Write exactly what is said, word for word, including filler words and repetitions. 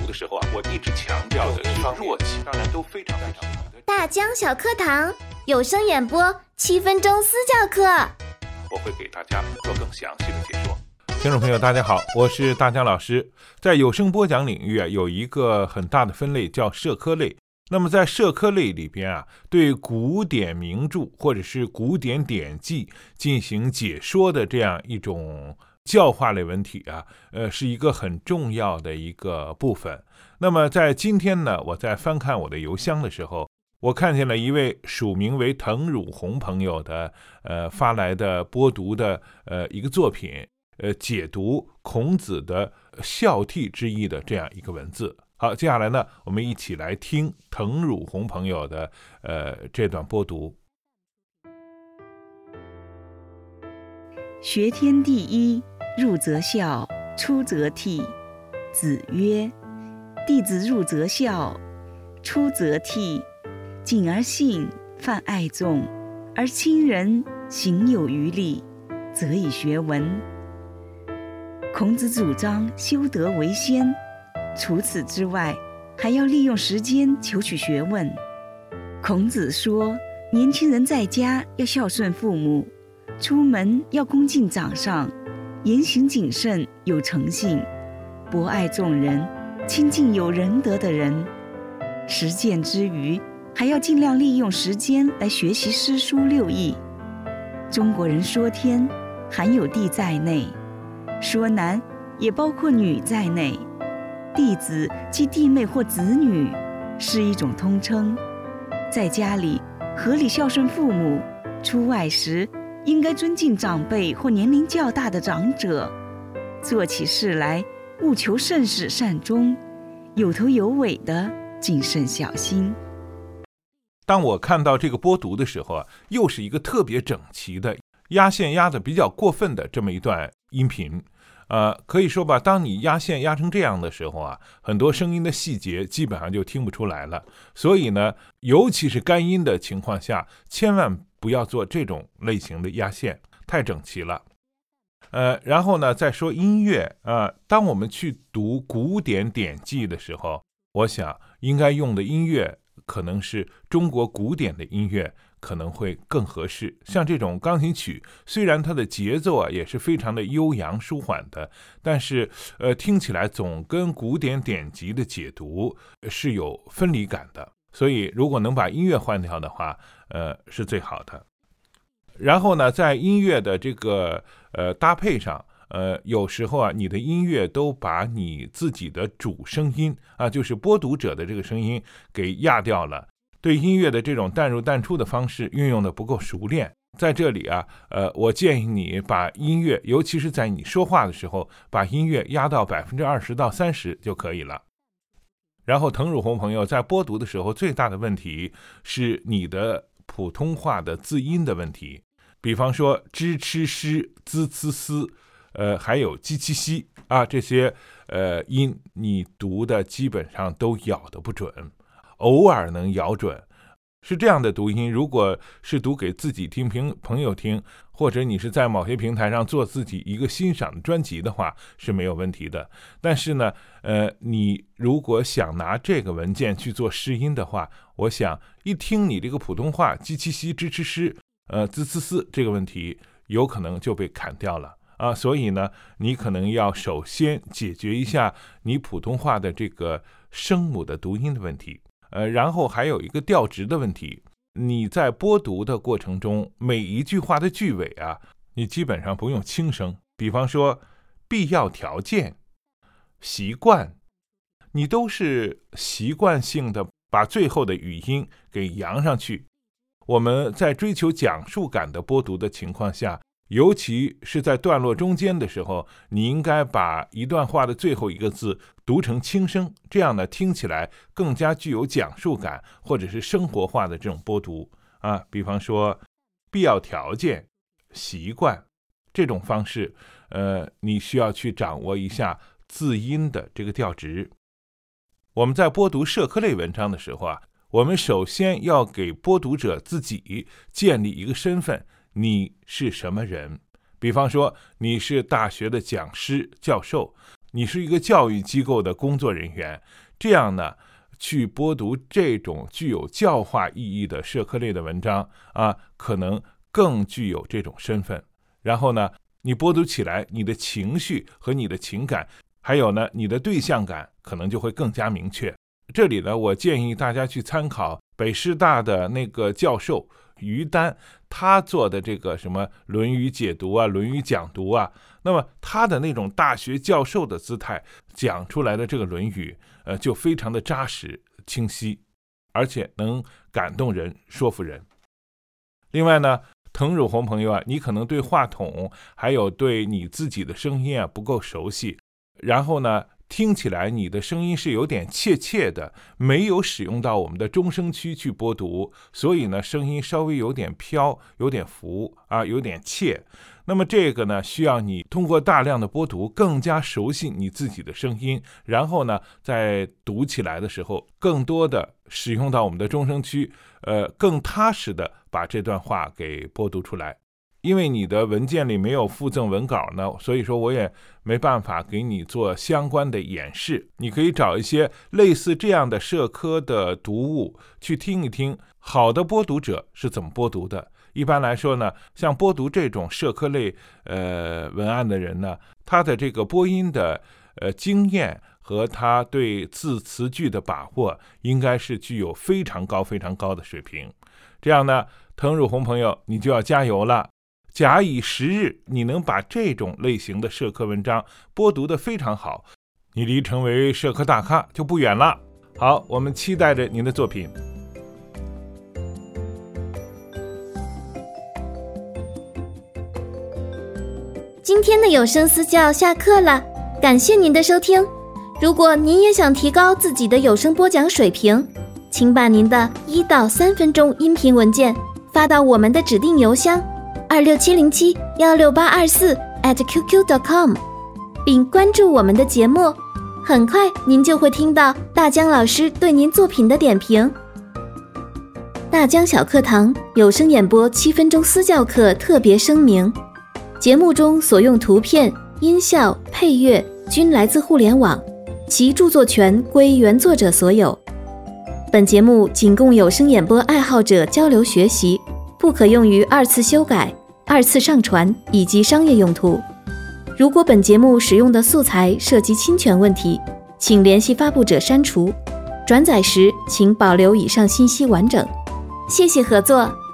的时候啊，我一直强调的是弱气，当然都非常非常好的。 大江小课堂有声演播七分钟私教课， 我会给大家做更详细的解说。听众朋友大家好，我是大江老师。在有声播讲领域啊，有一个很大的分类叫社科类。那么在社科类里边啊，对古典名著或者是古典典籍进行解说的这样一种教化类文体啊，呃，是一个很重要的一个部分。那么在今天呢，我在翻看我的邮箱的时候，我看见了一位署名为滕汝红朋友的呃发来的播读的呃一个作品，呃解读孔子的孝悌之意的这样一个文字。好，接下来呢，我们一起来听滕汝红朋友的呃这段播读。 学天地一，入则孝，出则悌。子曰：弟子入则孝，出则悌。敬而信，泛爱众，而亲仁，行有余力，则以学文。孔子主张修德为先，除此之外，还要利用时间求取学问。孔子说，年轻人在家要孝顺父母，出门要恭敬长上，言行谨慎，有诚信，博爱众人，亲近有仁德的人。实践之余，还要尽量利用时间来学习诗书六艺。中国人说天，含有地在内，说男也包括女在内。弟子即弟妹或子女，是一种通称。在家里合理孝顺父母，出外时应该尊敬长辈或年龄较大的长者。做起事来务求慎始善终，有头有尾的谨慎小心。 当我看到这个播读的时候啊，又是一个特别整齐的压线压的比较过分的这么一段音频。呃，可以说吧，当你压线压成这样的时候啊，很多声音的细节基本上就听不出来了。所以呢，尤其是干音的情况下，千万不要做这种类型的压线，太整齐了。呃，然后呢，再说音乐啊、呃，当我们去读古典典籍的时候，我想应该用的音乐可能是中国古典的音乐，可能会更合适。像这种钢琴曲，虽然它的节奏啊也是非常的悠扬舒缓的，但是呃听起来总跟古典典籍的解读是有分离感的。所以如果能把音乐换掉的话，呃是最好的。然后呢，在音乐的这个呃搭配上，呃，有时候啊，你的音乐都把你自己的主声音啊，就是播读者的这个声音给压掉了。对音乐的这种淡入淡出的方式运用的不够熟练。在这里啊，呃，我建议你把音乐，尤其是在你说话的时候，把音乐压到百分之二十到三十就可以了。然后，滕汝红朋友在播读的时候，最大的问题是你的普通话的字音的问题。比方说支吃诗、滋呲丝，呃，还有鸡七西啊，这些呃音你读的基本上都咬得不准，偶尔能咬准。是这样的读音，如果是读给自己听、朋友听，或者你是在某些平台上做自己一个欣赏的专辑的话，是没有问题的。但是呢，呃，你如果想拿这个文件去做试音的话，我想一听你这个普通话鸡七西、支吃诗，呃，滋呲丝这个问题有可能就被砍掉了啊，所以呢，你可能要首先解决一下你普通话的这个声母的读音的问题，呃，然后还有一个调值的问题。你在播读的过程中，每一句话的句尾啊，你基本上不用轻声，比方说必要条件、习惯，你都是习惯性的把最后的语音给扬上去。我们在追求讲述感的播读的情况下，尤其是在段落中间的时候，你应该把一段话的最后一个字读成轻声，这样呢听起来更加具有讲述感，或者是生活化的这种播读啊。比方说必要条件、习惯这种方式，呃，你需要去掌握一下字音的这个调值。我们在播读社科类文章的时候啊，我们首先要给播读者自己建立一个身份，你是什么人？比方说你是大学的讲师教授， 你是一个教育机构的工作人员，这样呢去播读这种具有教化意义的社科类的文章啊，可能更具有这种身份。然后呢，你播读起来，你的情绪和你的情感，还有呢，你的对象感可能就会更加明确。这里呢，我建议大家去参考北师大的那个教授于丹，他做的这个什么《论语》解读啊，《论语》讲读啊，那么他的那种大学教授的姿态讲出来的这个《论语》，呃，就非常的扎实清晰，而且能感动人，说服人。另外呢，滕汝红朋友啊，你可能对话筒还有对你自己的声音啊不够熟悉，然后呢，听起来你的声音是有点怯怯的，没有使用到我们的中声区去播读，所以呢，声音稍微有点飘，有点浮啊，有点怯。那么这个呢，需要你通过大量的播读，更加熟悉你自己的声音，然后呢，在读起来的时候，更多的使用到我们的中声区，呃，更踏实的把这段话给播读出来。因为你的文件里没有附赠文稿呢，所以说我也没办法给你做相关的演示。你可以找一些类似这样的社科的读物去听一听，好的播读者是怎么播读的。一般来说呢，像播读这种社科类呃文案的人呢，他的这个播音的呃经验和他对字词句的把握，应该是具有非常高非常高的水平。这样呢，滕汝红朋友，你就要加油了。假以时日，你能把这种类型的社科文章播读得非常好，你离成为社科大咖就不远了。好，我们期待着您的作品。 今天的有声私教下课了，感谢您的收听。如果您也想提高自己的有声播讲水平，请把您的一到三分钟音频文件发到我们的指定邮箱二六七零七幺六八二四 at qq dot com， 并关注我们的节目，很快您就会听到大江老师对您作品的点评。大江小课堂有声演播七分钟私教课特别声明：节目中所用图片、音效、配乐均来自互联网，其著作权归原作者所有。本节目仅供有声演播爱好者交流学习，不可用于二次修改、二次上传以及商业用途。如果本节目使用的素材涉及侵权问题，请联系发布者删除。转载时请保留以上信息完整。谢谢合作。